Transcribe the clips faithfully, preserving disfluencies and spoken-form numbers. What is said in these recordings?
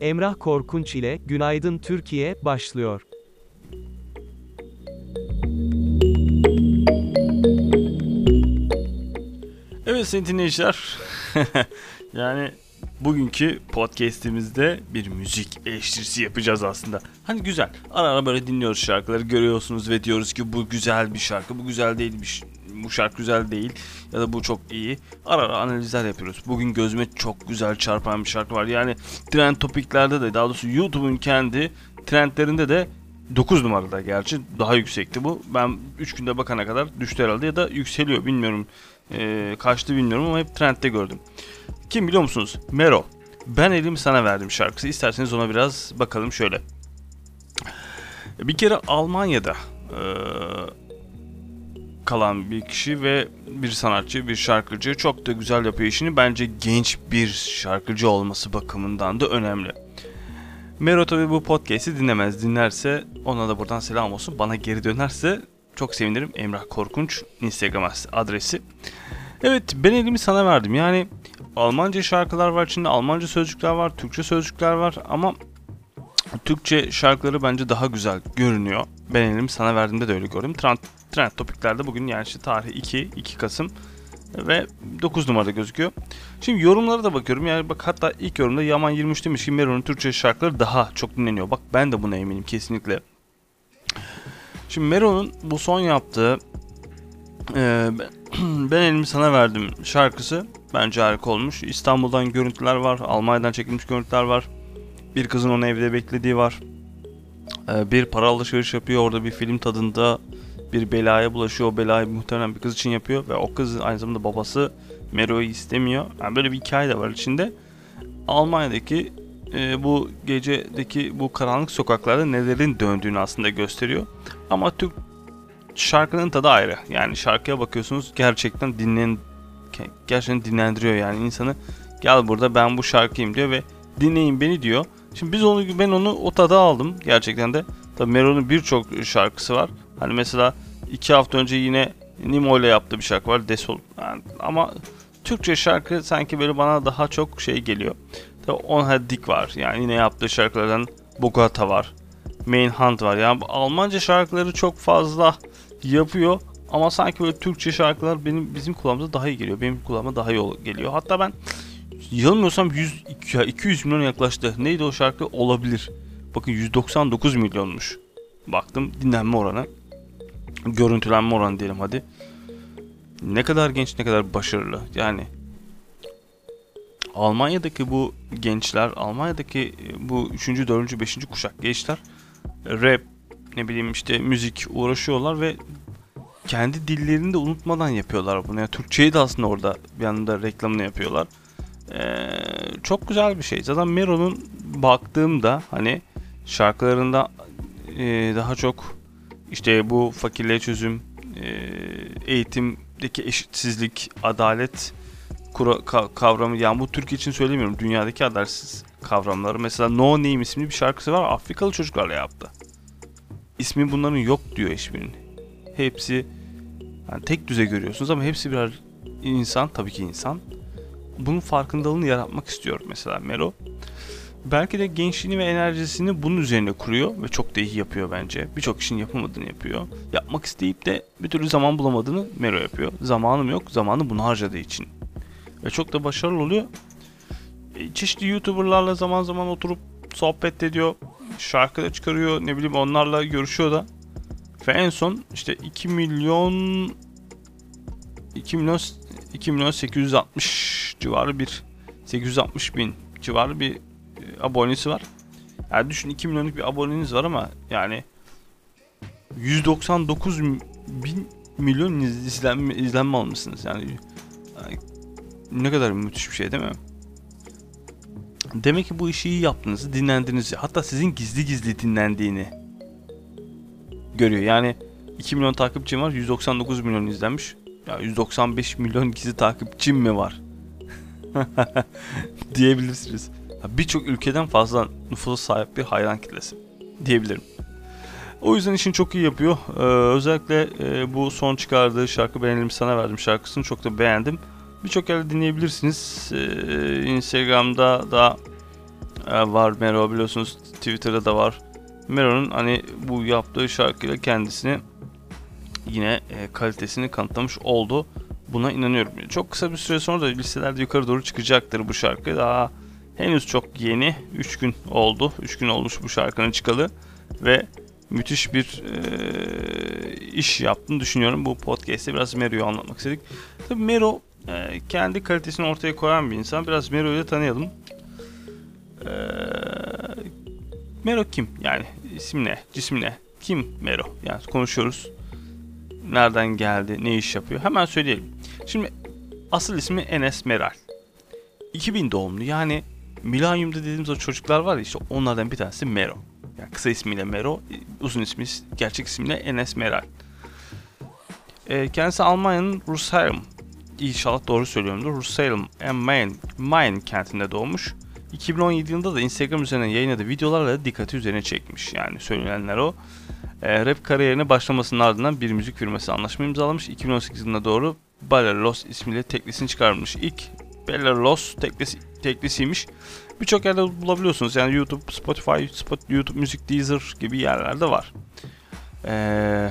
Emrah Korkunç ile Günaydın Türkiye başlıyor. Evet sayın dinleyiciler, yani bugünkü podcast'imizde bir müzik eleştirisi yapacağız aslında. Hani güzel, ara ara böyle dinliyoruz şarkıları, görüyorsunuz ve diyoruz ki bu güzel bir şarkı, bu güzel değilmiş, bu şarkı güzel değil ya da bu çok iyi. Ara ara analizler yapıyoruz. Bugün gözüme çok güzel çarpan bir şarkı var. Yani trend topiklerde de, daha doğrusu YouTube'un kendi trendlerinde de dokuz numarada, gerçi daha yüksekti bu. Ben üç günde bakana kadar düştü herhalde ya da yükseliyor, bilmiyorum. Ee, kaçtı bilmiyorum ama hep trendde gördüm. Kim biliyor musunuz? Mero. Ben elimi sana verdim şarkısı. İsterseniz ona biraz bakalım şöyle. Bir kere Almanya'da e, kalan bir kişi ve bir sanatçı, bir şarkıcı. Çok da güzel yapıyor işini. Bence genç bir şarkıcı olması bakımından da önemli. Mero tabi bu podcast'i dinlemez. Dinlerse ona da buradan selam olsun. Bana geri dönerse çok sevinirim. Emrah Korkunç Instagram adresi. Evet, ben elimi sana verdim. Yani Almanca şarkılar var içinde, Almanca sözcükler var, Türkçe sözcükler var ama Türkçe şarkıları bence daha güzel görünüyor. Ben elimi sana verdiğimde de öyle gördüm. Trend, trend topiklerde bugün, yani işte tarih iki, iki Kasım ve dokuz numarada gözüküyor. Şimdi yorumlara da bakıyorum. Yani bak, hatta ilk yorumda Yaman yirmi üç demiş ki Mero'nun Türkçe şarkıları daha çok dinleniyor. Bak, ben de buna eminim kesinlikle. Şimdi Mero'nun bu son yaptığı e, Ben elimi sana verdim şarkısı bence harika olmuş. İstanbul'dan görüntüler var, Almanya'dan çekilmiş görüntüler var. Bir kızın onu evde beklediği var. Ee, bir para alışveriş yapıyor, orada bir film tadında bir belaya bulaşıyor. O belayı muhtemelen bir kız için yapıyor ve o kız aynı zamanda babası Mero'yu istemiyor. Yani böyle bir hikaye de var içinde. Almanya'daki e, bu gecedeki bu karanlık sokaklarda nelerin döndüğünü aslında gösteriyor. Ama Türk şarkının tadı ayrı. Yani şarkıya bakıyorsunuz, gerçekten dinlen gerçekten dinlendiriyor yani insanı. Gel burada, ben bu şarkıyım diyor ve dinleyin beni diyor. Şimdi biz onu ben onu o tadı aldım gerçekten de. Tabii Mero'nun birçok şarkısı var. Hani mesela iki hafta önce yine Nimo ile yaptığı bir şarkı var, Desol. Yani, ama Türkçe şarkı sanki böyle bana daha çok şey geliyor. Tabii On Dik var. Yani yine yaptığı şarkılardan Bogota var. Manhunt var. Yani Almanca şarkıları çok fazla yapıyor ama sanki böyle Türkçe şarkılar benim bizim kulağımıza daha iyi geliyor. Benim kulağıma daha iyi geliyor. Hatta ben yanılmıyorsam yüz iki yüz milyon yaklaştı. Neydi o şarkı? Olabilir. Bakın, yüz doksan dokuz milyonmuş. Baktım dinlenme oranı. Görüntülenme oranı diyelim hadi. Ne kadar genç, ne kadar başarılı. Yani Almanya'daki bu gençler, Almanya'daki bu üçüncü, dördüncü, beşinci kuşak gençler rap, ne bileyim işte müzik uğraşıyorlar ve kendi dillerini de unutmadan yapıyorlar bunu. Yani Türkçeyi de aslında orada bir yanında reklamını yapıyorlar. Ee, çok güzel bir şey. Zaten Mero'nun baktığımda hani şarkılarında e, daha çok işte bu fakirliğe çözüm, e, eğitimdeki eşitsizlik, adalet kura, ka, kavramı, yani bu Türkiye için söylemiyorum, dünyadaki adaletsiz kavramları. Mesela No Name isimli bir şarkısı var, Afrikalı çocuklarla yaptı. İsmi bunların yok diyor hiçbirinin. Hepsi yani tek düze görüyorsunuz ama hepsi birer insan, tabii ki insan. Bunun farkındalığını yaratmak istiyor mesela Mero. Belki de gençliğini ve enerjisini bunun üzerine kuruyor ve çok da iyi yapıyor bence. Birçok kişinin yapamadığını yapıyor. Yapmak isteyip de bir türlü zaman bulamadığını Mero yapıyor. Zamanım yok, zamanı bunu harcadığı için. Ve çok da başarılı oluyor. E, çeşitli YouTuber'larla zaman zaman oturup sohbet ediyor. Şarkı da çıkarıyor, ne bileyim onlarla görüşüyor da. Ve en son işte iki milyon iki milyon iki milyon sekiz yüz altmış civarı bir sekiz yüz altmış bin civarı bir abonesi var. Yani düşün, iki milyonluk bir aboneniz var ama yani yüz doksan dokuz bin milyon izlenme, izlenme almışsınız. Yani, yani ne kadar müthiş bir şey değil mi? Demek ki bu işi iyi yaptığınızı, dinlendiğinizi, hatta sizin gizli gizli dinlendiğini görüyor. Yani iki milyon takipçim var, yüz doksan dokuz milyon izlenmiş. Ya yüz doksan beş milyon gizli takipçim mi var? Diyebilirsiniz. Birçok ülkeden fazla nüfusa sahip bir hayran kitlesi diyebilirim. O yüzden işini çok iyi yapıyor. Ee, özellikle e, bu son çıkardığı şarkı Ben Elimi Sana Verdim şarkısını çok da beğendim. Birçok yerde dinleyebilirsiniz. Ee, Instagram'da da e, var Mero, biliyorsunuz Twitter'da da var. Mero'nun hani bu yaptığı şarkıyla kendisini yine e, kalitesini kanıtlamış oldu. Buna inanıyorum. Çok kısa bir süre sonra da listelerde yukarı doğru çıkacaktır bu şarkı. Daha henüz çok yeni. üç gün oldu. üç gün olmuş bu şarkının çıkalı. Ve müthiş bir e, iş yaptığını düşünüyorum. Bu podcast'te biraz Mero'yu anlatmak istedik. Tabii Mero e, kendi kalitesini ortaya koyan bir insan. Biraz Mero'yu da tanıyalım. E, Mero kim? Yani isim ne? Cisim ne? Kim Mero? Yani konuşuyoruz. Nereden geldi? Ne iş yapıyor? Hemen söyleyelim. Şimdi asıl ismi Enes Meral. iki bin doğumlu. Yani milenyumda dediğimiz o çocuklar var ya, işte onlardan bir tanesi Mero. Yani kısa ismiyle Mero, uzun ismi, gerçek ismiyle Enes Meral. E, kendisi Almanya'nın Russalem, İnşallah doğru söylüyorumdur, Russalem am Main, Main kentinde doğmuş. iki bin on yedi yılında da Instagram üzerinden yayınladığı videolarla dikkati üzerine çekmiş. Yani söylenenler o. E, rap kariyerine başlamasının ardından bir müzik firması anlaşma imzalamış. iki bin on sekiz yılına doğru Bella Los ismiyle teklisini çıkarmış. İlk Bella Los teklisi, teklisiymiş. Birçok yerde bulabiliyorsunuz. Yani YouTube, Spotify, Spot, YouTube Müzik, Deezer gibi yerlerde var. Ee,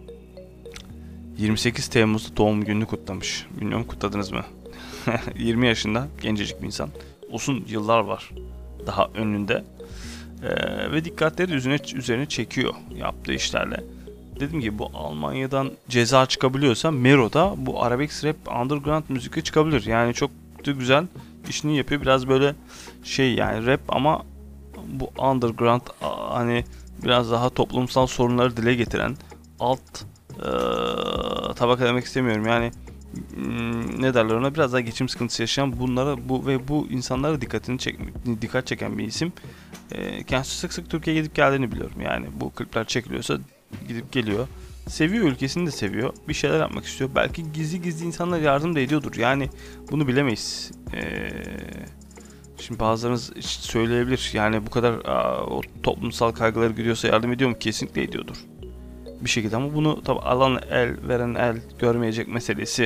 yirmi sekiz Temmuz'da doğum gününü kutlamış. Bilmiyorum, kutladınız mı? yirmi yaşında gencecik bir insan. Uzun yıllar var daha önünde. Ee, ve dikkatleri üzerine, üzerine çekiyor yaptığı işlerle. Dediğim gibi bu Almanya'dan Ceza çıkabiliyorsa Mero'da bu arabesk rap underground müzikle çıkabilir. Yani çok da güzel işini yapıyor. Biraz böyle şey, yani rap ama bu underground, hani biraz daha toplumsal sorunları dile getiren alt e, tabaka demek istemiyorum. Yani ne derler ona, biraz daha geçim sıkıntısı yaşayan bunlara bu ve bu insanlara dikkatini çek, dikkat çeken bir isim. E, kendisi sık sık Türkiye'ye gidip geldiğini biliyorum. Yani bu klipler çekiliyorsa gidip geliyor. Seviyor, ülkesini de seviyor. Bir şeyler yapmak istiyor. Belki gizli gizli insanlara yardım da ediyordur. Yani bunu bilemeyiz. Ee, şimdi bazılarınız söyleyebilir. Yani bu kadar aa, o toplumsal kaygıları görüyorsa yardım ediyor mu? Kesinlikle ediyordur. Bir şekilde, ama bunu tabi alan el, veren el görmeyecek meselesi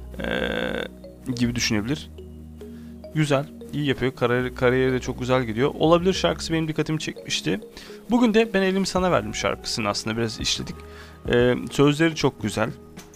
ee, gibi düşünebilir. Güzel, iyi yapıyor. Kariyer, kariyeri de çok güzel gidiyor. Olabilir şarkısı benim dikkatimi çekmişti. Bugün de Ben Elimi Sana Verdim şarkısını aslında biraz işledik. Ee, sözleri çok güzel.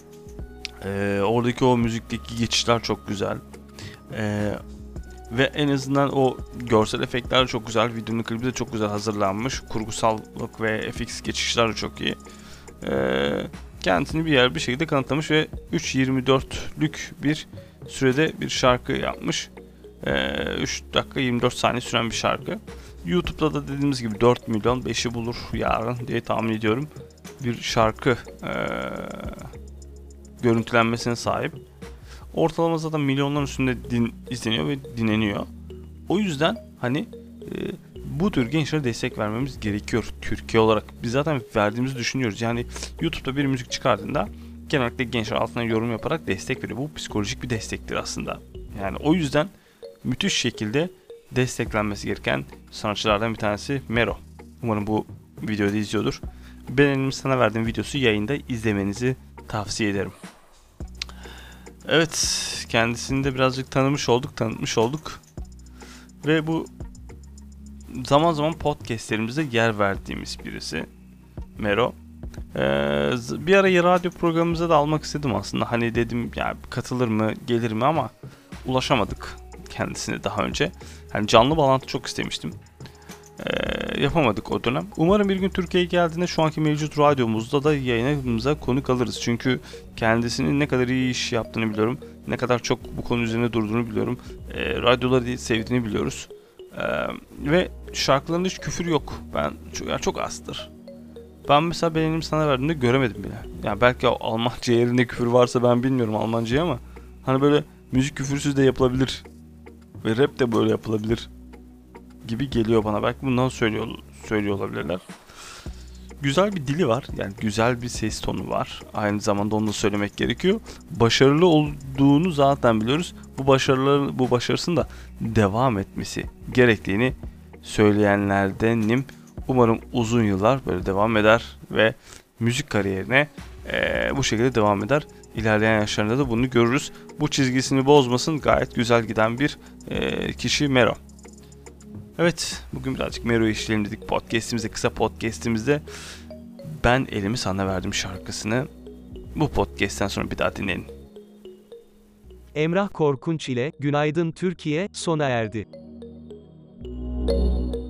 Ee, oradaki o müzikteki geçişler çok güzel. Ee, ve en azından o görsel efektler çok güzel. Videonun klibi de çok güzel hazırlanmış. Kurgusallık ve F X geçişler de çok iyi. Ee, kendisini bir yer bir şekilde kanıtlamış ve üç yirmi dörtlük bir sürede bir şarkı yapmış. Ee, üç dakika yirmi dört saniye süren bir şarkı. YouTube'da da dediğimiz gibi dört milyon beşi bulur yarın diye tahmin ediyorum. Bir şarkı ee, görüntülenmesine sahip. Ortalama zaten milyonların üstünde din, izleniyor ve dinleniyor. O yüzden hani e, bu tür gençlere destek vermemiz gerekiyor Türkiye olarak. Biz zaten verdiğimizi düşünüyoruz. Yani YouTube'da bir müzik çıkardığında genellikle gençler altına yorum yaparak destek veriyor. Bu psikolojik bir destektir aslında. Yani o yüzden müthiş şekilde desteklenmesi gereken sanatçılardan bir tanesi Mero. Umarım bu videoyu da izliyordur. Ben Elimi Sana Verdim videosu yayında izlemenizi tavsiye ederim. Evet, kendisini de birazcık tanımış olduk, tanıtmış olduk. Ve bu zaman zaman podcastlerimizde yer verdiğimiz birisi Mero. Ee, bir ara radyo programımıza da almak istedim aslında. Hani dedim ya, katılır mı, gelir mi, ama ulaşamadık kendisine daha önce. Yani canlı bağlantı çok istemiştim. Ee, yapamadık o dönem. Umarım bir gün Türkiye'ye geldiğinde şu anki mevcut radyomuzda da yayınımıza konuk alırız. Çünkü kendisinin ne kadar iyi iş yaptığını biliyorum. Ne kadar çok bu konu üzerine durduğunu biliyorum. Ee, radyoları sevdiğini biliyoruz. Ee, ve şarkılarında hiç küfür yok. Ben çok, yani çok azdır. Ben mesela Ben Elimi Sana Verdiğimde göremedim bile. Yani belki Almanca yerinde küfür varsa ben bilmiyorum Almancayı, ama hani böyle müzik küfürsüz de yapılabilir. Ve rap de böyle yapılabilir gibi geliyor bana. Belki bundan söylüyor, söylüyor olabilirler. Güzel bir dili var. Yani güzel bir ses tonu var. Aynı zamanda onu da söylemek gerekiyor. Başarılı olduğunu zaten biliyoruz. Bu başarılı, bu başarısının da devam etmesi gerektiğini söyleyenlerdenim. Umarım uzun yıllar böyle devam eder ve müzik kariyerine e, bu şekilde devam eder. İlerleyen yaşlarında da bunu görürüz. Bu çizgisini bozmasın, gayet güzel giden bir e, kişi Mero. Evet, bugün birazcık Mero'yu işleyelim dedik podcast'imizde, kısa podcast'imizde. Ben elimi sana verdim şarkısını. Bu podcast'ten sonra bir daha dinleyin. Emrah Korkunç ile Günaydın Türkiye sona erdi.